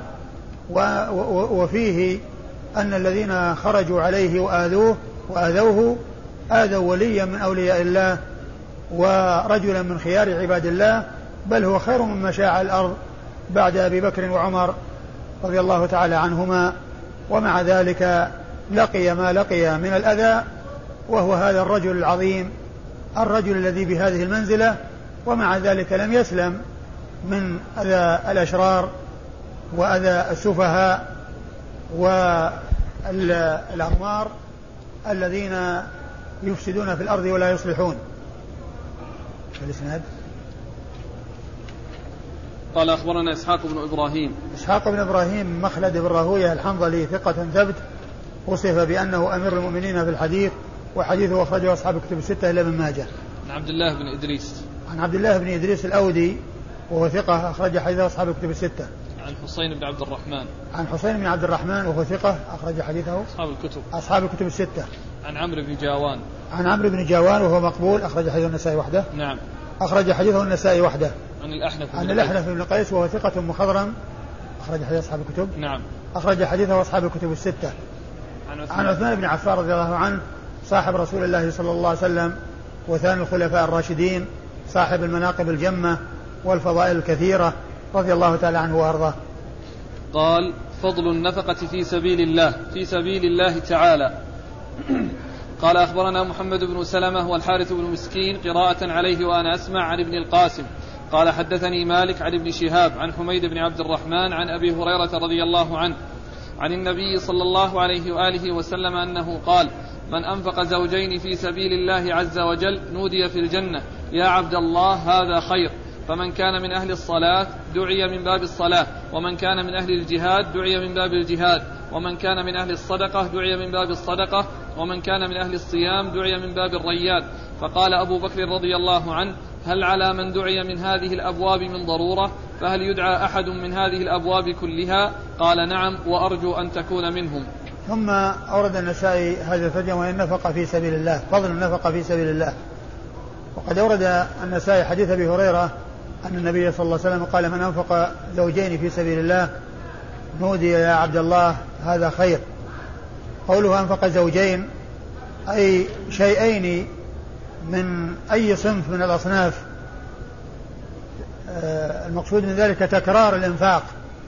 وفيه أن الذين خرجوا عليه وآذوه وآذوه آذوا وليا من أولياء الله ورجلا من خيار عباد الله، بل هو خير مما شاع الأرض بعد أبي بكر وعمر رضي الله تعالى عنهما. ومع ذلك لقي ما لقي من الأذى، وهو هذا الرجل العظيم، الرجل الذي بهذه المنزلة، ومع ذلك لم يسلم من أذى الأشرار وأذى السفهاء والأغمار الذين يفسدون في الأرض ولا يصلحون. الإسناد قال أخبرنا إسحاق بن إبراهيم إسحاق بن إبراهيم مخلد بن راهويه الحنظلي ثقة ثبت، وصف بأنه أمير المؤمنين في الحديث، وحديثه أخرجه أصحاب الكتب الستة إلا من ماجه. عن عبد الله بن إدريس عن عبد الله بن إدريس الأودي وهو ثقة أخرج حديثه أصحاب الكتب الستة. عن حسين بن عبد الرحمن عن حسين بن عبد الرحمن وهو ثقة أخرج حديثه أصحاب الكتب أصحاب الكتب الستة. عن عمرو بن جاوان عن عمرو بن جاوان وهو مقبول أخرج حديثه النسائي وحده. نعم أخرج حديثه النسائي وحده. عن الأحنف عن الأحنف بن قيس وهو ثقة مخضرم أخرج حديث أصحاب الكتب. نعم أخرج حديثه أصحاب الكتب الستة. عن عثمان بن عفان رضي الله عنه صاحب رسول الله صلى الله عليه وسلم وثاني الخلفاء الراشدين، صاحب المناقب الجمة والفضائل الكثيرة، رضي الله تعالى عنه وأرضاه. قال: فضل النفقة في سبيل الله في سبيل الله تعالى. قال: أخبرنا محمد بن سلمة والحارث بن مسكين قراءة عليه وأنا أسمع عن ابن القاسم قال: حدثني مالك عن ابن شهاب عن حميد بن عبد الرحمن عن أبي هريرة رضي الله عنه عن النبي صلى الله عليه وآله وسلم أنه قال: من أنفق زوجين في سبيل الله عز وجل نودي في الجنة يا عبد الله هذا خير. فمن كان من أهل الصلاة دعي من باب الصلاة، ومن كان من أهل الجهاد دعي من باب الجهاد، ومن كان من أهل الصدقة دعي من باب الصدقة، ومن كان من أهل الصيام دعي من باب الريان. فقال أبو بكر رضي الله عنه: هل على من دعي من هذه الأبواب من ضرورة؟ فهل يدعى أحد من هذه الأبواب كلها؟ قال: نعم، وأرجو أن تكون منهم. ثم أورد النسائي هذا الترجمة: وإن نفق في سبيل الله، فضل النفقة في سبيل الله. وقد أورد النسائي حديث أبي هريرة أن النبي صلى الله عليه وسلم قال: من أنفق زوجين في سبيل الله نودي يا عبد الله هذا خير. قوله أنفق زوجين أي شيئين من أي صنف من الأصناف، المقصود من ذلك تكرار الإنفاق،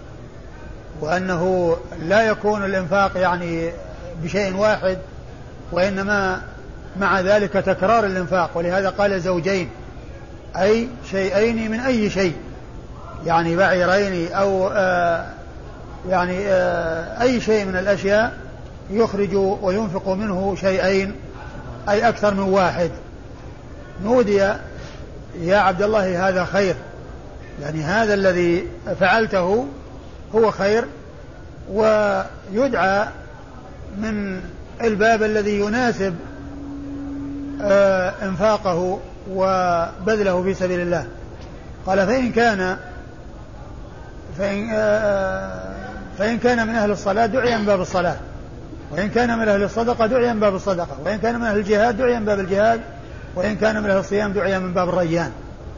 وأنه لا يكون الإنفاق يعني بشيء واحد، وإنما مع ذلك تكرار الإنفاق. ولهذا قال زوجين أي شيئين من أي شيء، يعني بعيرين أو آه يعني آه أي شيء من الأشياء يخرج وينفق منه شيئين أي أكثر من واحد. نودي يا عبد الله هذا خير، يعني هذا الذي فعلته هو خير، ويدعى من الباب الذي يناسب آه انفاقه وبذله في سبيل الله. قال فإن كان فإن, فإن كان من أهل الصلاة دعي من باب الصلاة، وإن كان من أهل الصدقة دعي من باب الصدقة، وإن كان من أهل الجهاد دعي من باب الجهاد، وإن كان من أهل الصيام دعي من باب الريان.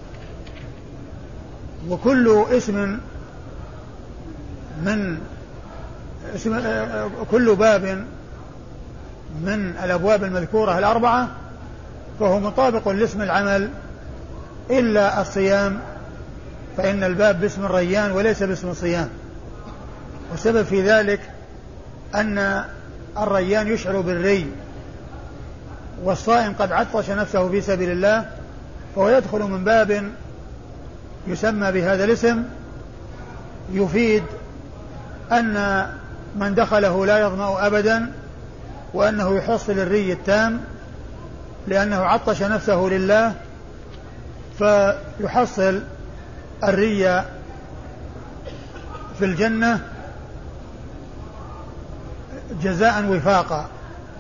وكل اسم من اسم كل باب من الأبواب المذكورة الأربعة فهو مطابق لاسم العمل إلا الصيام، فإن الباب باسم الريان وليس باسم الصيام. والسبب في ذلك أن الريان يشعر بالري، والصائم قد عطش نفسه في سبيل الله، فهو يدخل من باب يسمى بهذا الاسم، يفيد أن من دخله لا يظمأ أبدا، وأنه يحصل الري التام لأنه عطش نفسه لله، فيحصل الري في الجنة جزاء وفاقا.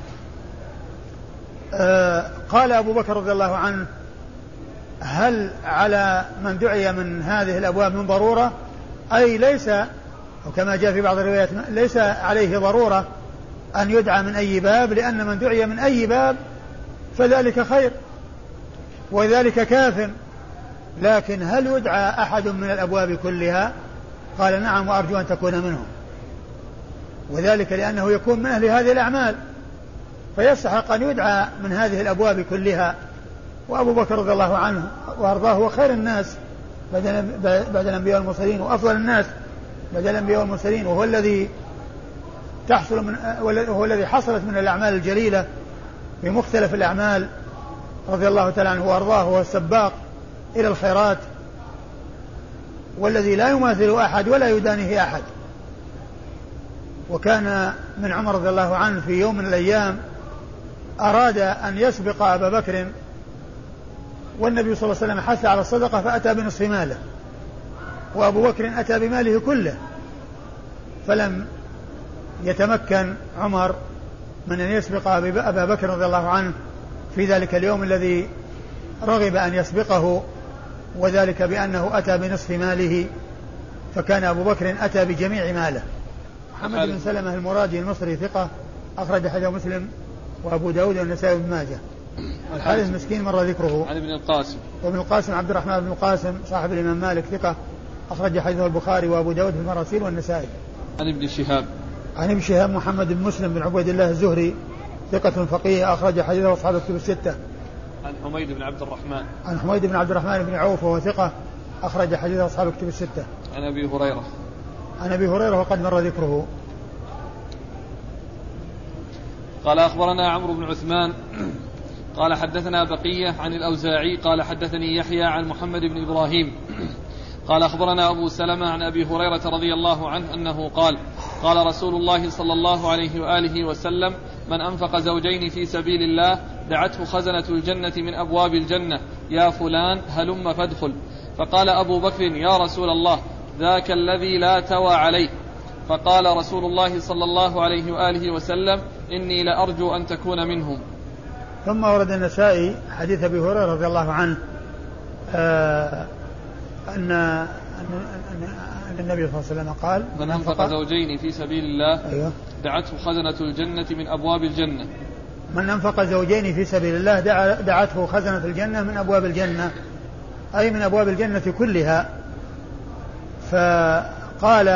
آه قال أبو بكر رضي الله عنه: هل على من دعي من هذه الأبواب من ضرورة؟ أي ليس، وكما جاء في بعض الروايات ليس عليه ضرورة أن يدعى من أي باب، لأن من دعي من أي باب فذلك خير وذلك كاف. لكن هل يدعى أحد من الأبواب كلها؟ قال: نعم، وأرجو أن تكون منهم. وذلك لأنه يكون من أهل هذه الأعمال، فيستحق أن يدعى من هذه الأبواب كلها. وأبو بكر رضي الله عنه وأرضاه هو خير الناس بعد الأنبياء والمرسلين، وأفضل الناس بعد الأنبياء والمرسلين، وهو الذي تحصل من وهو الذي حصلت من الأعمال الجليلة بمختلف الأعمال رضي الله تعالى عنه وأرضاه. هو السباق إلى الخيرات، والذي لا يماثل أحد ولا يدانيه أحد. وكان من عمر رضي الله عنه في يوم من الأيام أراد أن يسبق أبا بكر، والنبي صلى الله عليه وسلم حث على الصدقة فأتى بنصف ماله، وأبو بكر أتى بماله كله، فلم يتمكن عمر من أن يسبق أبا بكر رضي الله عنه في ذلك اليوم الذي رغب أن يسبقه، وذلك بأنه أتى بنصف ماله، فكان أبو بكر أتى بجميع ماله. محمد بن سلمة المرادي المصري ثقة، أخرج حديث مسلم وأبو داود والنسائي وابن ماجه. الحارث مسكين مر ذكره. عن ابن القاسم. وابن القاسم عبد الرحمن بن القاسم صاحب الإمام مالك ثقة، أخرج حديثه البخاري وأبو داود في المراسيل والنسائي. عن ابن شهاب. عن ابن شهاب محمد بن مسلم بن عبيد الله الزهري ثقة فقيه، أخرج حديثه أصحاب الكتب الستة. عن حميد بن عبد الرحمن. عن حميد بن عبد الرحمن بن عوف وهو ثقة، أخرج حديثه أصحاب الكتب الستة. عن أبي هريرة. عن أبي هريرة وقد مر ذكره. قال: أخبرنا عمرو بن عثمان قال حدثنا بقية عن الأوزاعي قال حدثني يحيى عن محمد بن إبراهيم قال أخبرنا أبو سلمة عن أبي هريرة رضي الله عنه أنه قال: قال رسول الله صلى الله عليه وآله وسلم: من أنفق زوجين في سبيل الله دعته خزنة الجنة من أبواب الجنة: يا فلان هلم فادخل. فقال أبو بكر: يا رسول الله، ذاك الذي لا توى عليه. فقال رسول الله صلى الله عليه وآله وسلم: إني لأرجو أن تكون منهم. ثم ورد النسائي حديث أبي هريرة رضي الله عنه آه أن أن النبي صلى الله عليه وسلم قال: من أنفق زوجين في سبيل الله أيوه دعته خزنة الجنة من أبواب الجنة. من أنفق زوجين في سبيل الله دعته خزنة الجنة من أبواب الجنة، أي من أبواب الجنة كلها. فقال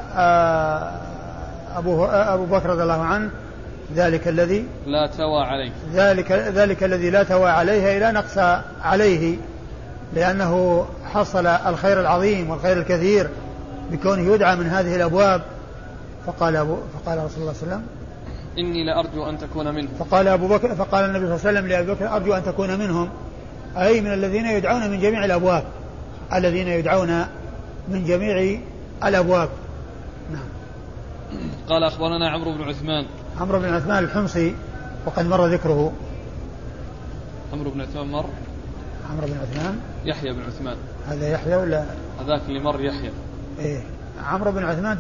أبو, أبو بكر رضي الله عنه: ذلك الذي لا توى عليه ذلك, ذلك الذي لا توى عليه، لا نقص عليه، لأنه حصل الخير العظيم والخير الكثير بكونه يدعى من هذه الأبواب. فقال, أبو فقال رسول الله صلى الله عليه وسلم: إني لأرجو أن تكون منهم. فقال أبو بكر فقال النبي صلى الله عليه وسلم لأبي بكر: أرجو أن تكون منهم، أي من الذين يدعون من جميع الأبواب، الذين يدعون من جميع الأبواب. نعم. قال: أخبرنا عمرو بن عثمان. عمرو بن عثمان الحمصي وقد مر ذكره. عمرو بن عثمان مر. عمرو بن عثمان. يحيى بن عثمان. هذا يحيى ولا هذاك اللي مر يحيى؟ إيه. عمرو بن عثمان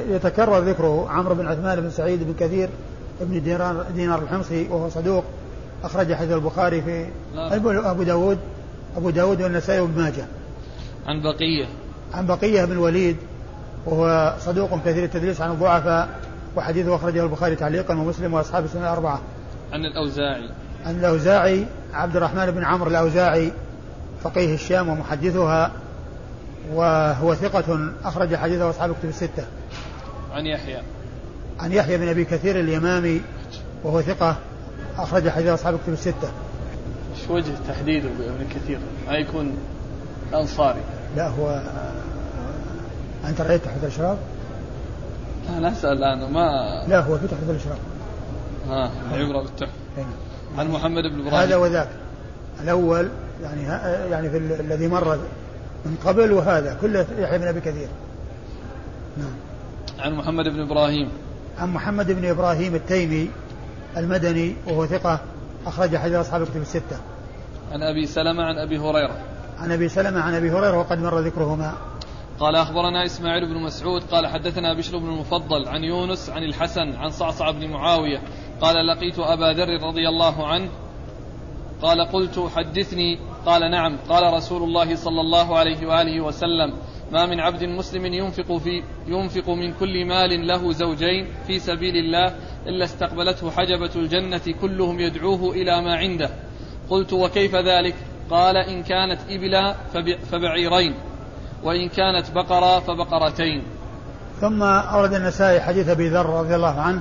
يتكرر ذكره. عمرو بن عثمان بن سعيد بن كثير ابن دينار, دينار الحمصي، وهو صدوق أخرج حديث البخاري في أبو داود أبو داود والنسائي وابن ماجه. عن بقية عن بقية بن الوليد وهو صدوق كثير التدليس عن الضعفاء وحديثه أخرجه البخاري تعليقا ومسلم وأصحاب السنة الأربعة. عن الأوزاعي عن الأوزاعي عبد الرحمن بن عمرو الأوزاعي فقيه الشام ومحدثها وهو ثقة أخرج حديثه أصحاب الكتب الستة. عن يحيى عن يحيى بن أبي كثير اليمامي وهو ثقة أخرج حديث أصحاب الكتب الستة. شو وجه تحديده بابن كثير؟ ما يكون أنصاري؟ لا هو أنت رأيت تحت الإشراف؟ لا لا أسأل أنا ما لا هو في تحت الإشراف. ها العبرة بالتحف. عن محمد بن إبراهيم هذا وذاك الأول يعني يعني في الذي مر من قبل وهذا كله يحيى بن أبي كثير. نعم. عن محمد بن إبراهيم عن محمد بن إبراهيم التيمي المدني وهو ثقة أخرج حديث أصحاب الكتب الستة. عن أبي سلمة عن أبي هريرة عن أبي سلمة عن أبي هريرة وقد مر ذكرهما. قال أخبرنا إسماعيل بن مسعود قال حدثنا بشر بن المفضل عن يونس عن الحسن عن صعصع بن معاوية قال لقيت أبا ذر رضي الله عنه قال قلت حدثني قال نعم قال رسول الله صلى الله عليه وآله وسلم ما من عبد مسلم ينفق, في ينفق من كل مال له زوجين في سبيل الله إلا استقبلته حجبة الجنة كلهم يدعوه إلى ما عنده. قلت وكيف ذلك؟ قال إن كانت إبلا فبعيرين وإن كانت بقرة فبقرتين. ثم أورد النسائي حديث أبي ذر رضي الله عنه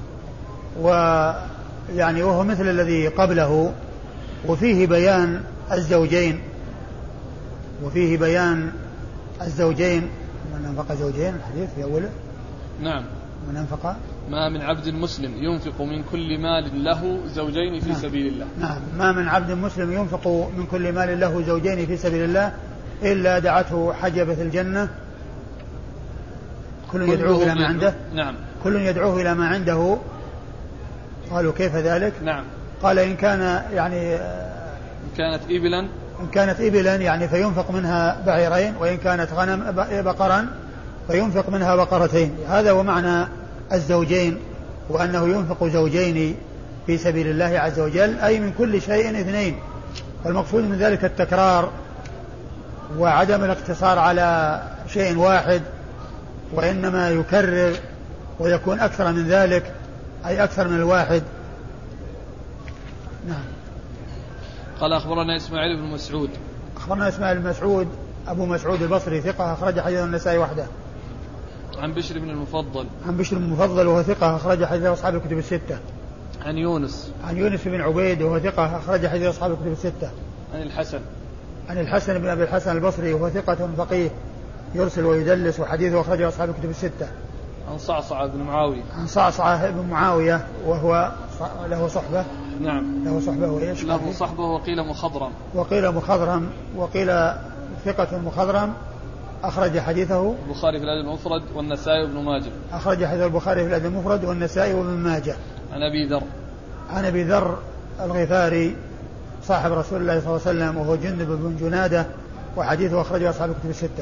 ويعني وهو مثل الذي قبله وفيه بيان الزوجين وفيه بيان الزوجين من أنفق زوجين الحديث في أوله. نعم. من أنفق ما من عبد مسلم ينفق من كل مال له زوجين في نعم. سبيل الله. نعم. ما من عبد مسلم ينفق من كل مال له زوجين في سبيل الله إلا دعته حجبة الجنة كل يدعوه إلى ما عنده. نعم. كل يدعوه إلى ما عنده. قالوا كيف ذلك؟ نعم. قال إن كان يعني إن كانت إبلا إن كانت إبلا يعني فينفق منها بعيرين وإن كانت غنم بقرا فينفق منها بقرتين. هذا هو معنى الزوجين وأنه ينفق زوجين في سبيل الله عز وجل أي من كل شيء اثنين. والمقصود من ذلك التكرار وعدم الاقتصار على شيء واحد وإنما يكرر ويكون أكثر من ذلك أي أكثر من الواحد. نعم. قال أخبرنا إسماعيل بن مسعود أخبرنا إسماعيل بن مسعود أبو مسعود البصري ثقة أخرج حديث النسائي وحده. عن بشر بن المفضل عن بشر بن المفضل وهو ثقة أخرج حديث أصحاب الكتب الستة. عن يونس عن يونس بن عبيد وهو ثقة أخرج حديث أصحاب الكتب الستة. عن الحسن عن الحسن بن أبي الحسن البصري وهو ثقة فقيه يرسل ويدلس وحديثه أخرجه أصحاب الكتب الستة. عن صعصع بن معاوية عن صعصع بن معاوية وهو له صحبة. نعم. له صحبة وإيش؟ له صحبة وقيل مخضرم وقيل مخضرم وقيل ثقة مخضرم أخرج حديثه البخاري في الأدب المفرد والنسائي وابن ماجه. أخرج حديث البخاري في الأدب المفرد والنسائي وابن ماجه. عن أبي ذر عن أبي ذر الغفاري صاحب رسول الله صلى الله عليه وسلم وهو جندب بن جنادة وحديثه أخرجه أصحاب الكتب الستة.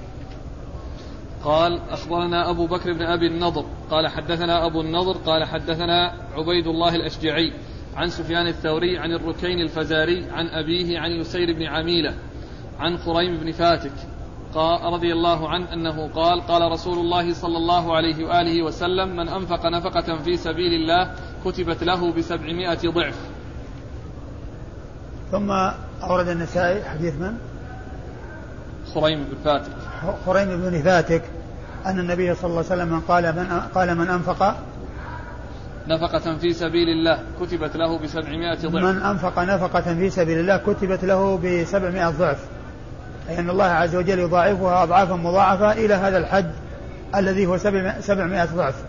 قال أخبرنا أبو بكر بن أبي النضر قال حدثنا أبو النضر قال حدثنا عبيد الله الأشجعي عن سفيان الثوري عن الركين الفزاري عن أبيه عن يسير بن عميلة عن خريم بن فاتك قال رضي الله عنه أنه قال قال رسول الله صلى الله عليه وآله وسلم من أنفق نفقة في سبيل الله كتبت له بسبعمائة ضعف. ثم أورد النسائي حديث من؟ خريم بن فاتك خريم بن فاتك أن النبي صلى الله عليه وسلم قال من قال من أنفق نفقة في سبيل الله كتبت له بسبعمائة ضعف. من أنفق نفقة في سبيل الله كتبت له بسبعمائة ضعف أي أن الله عز وجل يضاعفها أضعافا مضاعفة إلى هذا الحد الذي هو سبعمائة ضعف.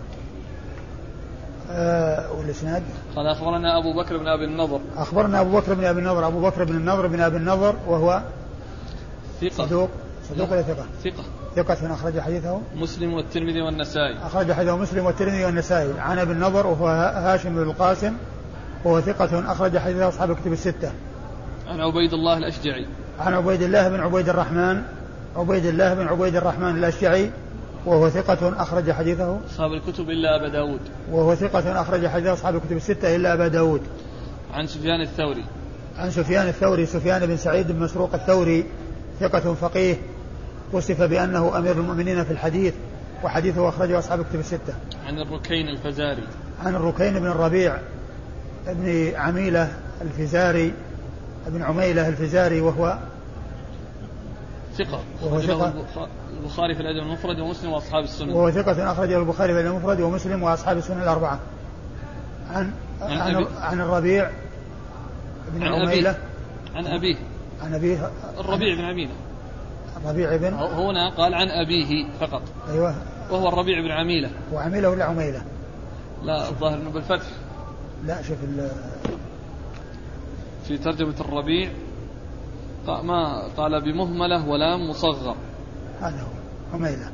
أه والإسناد قال أخبرنا أبو بكر بن أبي النضر أخبرنا أبو بكر بن أبي النضر أبو بكر بن النضر بن أبي النضر وهو ثقة صدوق صدوق ولا ثقة؟ ثقة ثقة أخرج حديثه مسلم والترمذي والنسائي. أخرج حديثه مسلم والترمذي والنسائي. عن أبي النضر وهو هاشم بن القاسم وهو ثقة أخرج حديثه أصحاب الكتب الستة. عن عبيد الله الأشجعي عن عبيد الله بن عبيد الرحمن عبيد الله بن عبيد الرحمن الأشجعي وهو ثقة أخرج حديثه أصحاب الكتب إلا أبا داود وهو ثقة أخرج حديثه أصحاب الكتب الستة إلا أبا داود. عن سفيان الثوري. عن سفيان الثوري سفيان بن سعيد بن مسروق الثوري ثقة فقيه وصف بأنه أمير المؤمنين في الحديث وحديثه أخرجه أصحاب كتب الستة. عن الركين الفزاري. عن الركين بن الربيع ابن عميلة الفزاري ابن عميلة الفزاري وهو ثقة وهو ثقة البخاري في الأدب المفرد ومسلم وأصحاب السنن. وهو ثقة أخرجه البخاري في الأدب المفرد ومسلم وأصحاب السنن الأربعة. عن عن, عن, عن الربيع بن عن عميلة أبيه. عن أبيه عن أبيه الربيع بن عميلة. الربيع بن هنا قال عن أبيه فقط. أيوة. وهو الربيع بن عميلة. وعميلة ولا عميلة؟ لا الظاهر انه بالفتح. لا شوف في ترجمة الربيع ما قال بمهملة ولام مصغر. هذا هو عميلة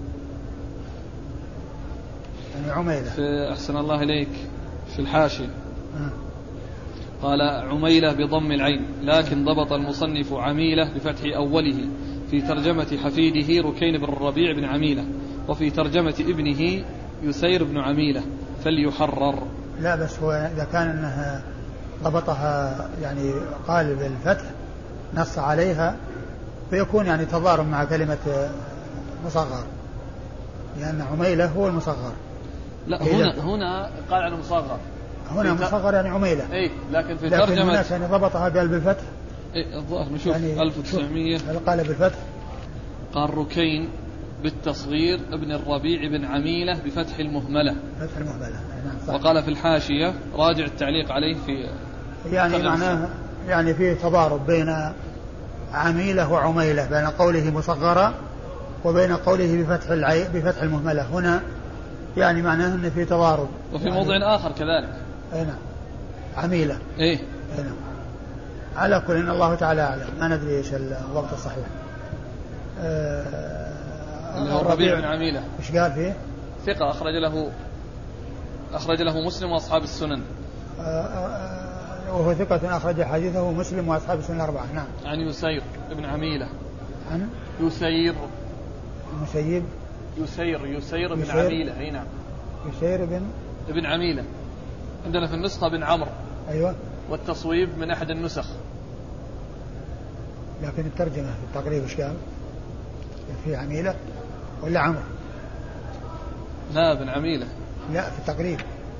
يعني عميلة. في أحسن الله إليك في الحاشية أه. قال عميلة بضم العين لكن ضبط المصنف عميلة بفتح أوله في ترجمة حفيده ركين بن الربيع بن عميلة وفي ترجمة ابنه يسير بن عميلة فليحرر. لا بس هو إذا كان أنها ضبطها يعني قال بالفتح نص عليها فيكون يعني تضارب مع كلمة مصغر لأن عميلة هو المصغر. لا هنا هنا قال عن مصغر هنا مصغر يعني عميلة. اي لكن في لكن ترجمة الناس يعني ضبطها قال بالفتح. اي الظاهر نشوف يعني ألف وتسعمية قال بالفتح قال ركين بالتصغير ابن الربيع بن عميلة بفتح المهملة. فتح المهملة نعم. وقال في الحاشية راجع التعليق عليه في يعني معناه يعني فيه تضارب بين عميلة وعميلة بين قوله مصغرة وبين قوله بفتح العي بفتح المهملة. هنا يعني معناه أن فيه تضارب. وفي يعني موضع آخر كذلك أي نعم عميلة. إيه أي نعم. على كل إن الله تعالى أعلم ما ندري إيش الضبط الصحيح. أه الربيع بن عميلة إيش قال فيه؟ ثقة أخرج له أخرج له مسلم وأصحاب السنن. وهو ثقة أخرج حديثه مسلم وأصحاب السنن الأربعة. نعم. عن يسير ابن عميلة. عن يسير مسيب يسير يسير بن عميلة. أي نعم يسير بن ابن عميلة عندنا في النسخة بن عمرو. أيوة. والتصويب من أحد النسخ. لكن الترجمة في التقريب إيش قال؟ في عميلة ولا عمرو؟ لا بن عميلة. لا في التقريب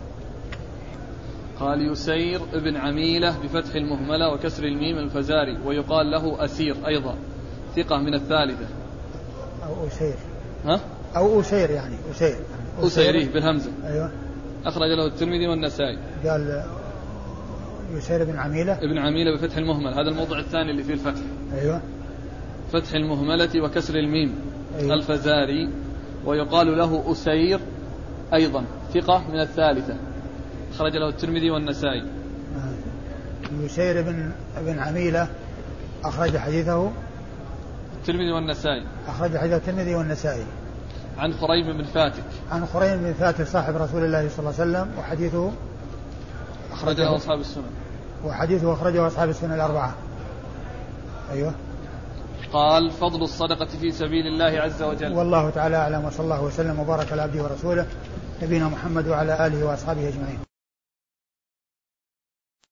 قال يسير ابن عميلة بفتح المهملة وكسر الميم الفزاري ويقال له أسير أيضا ثقة من الثالثة. أو أسير ها؟ أو أسير يعني أسير أسيري بالهمزة. أيوة. أخرج له الترمذي والنسائي. قال يسير ابن عميلة ابن عميلة بفتح المهمل. هذا الموضع الثاني اللي فيه الفتح. أيوة. فتح المهملة وكسر الميم. أيوة. الفزاري ويقال له أسير أيضا ثقة من الثالثة. خرج له الترمذي والنسائي. يسير ابن ابن عميلة أخرج حديثه الترمذي والنسائي. أخرج حديث الترمذي والنسائي. عن خريم بن فاتك. عن خريم بن فاتك صاحب رسول الله صلى الله عليه وسلم وحديثه أخرجه أصحاب السنن. وحديثه أخرجه أصحاب السنن الأربعة. أيوة. قال فضل الصدقة في سبيل الله عز وجل. والله تعالى أعلم وصلى الله وسلم وبارك على عبده ورسوله نبينا محمد وعلى آله وأصحابه أجمعين.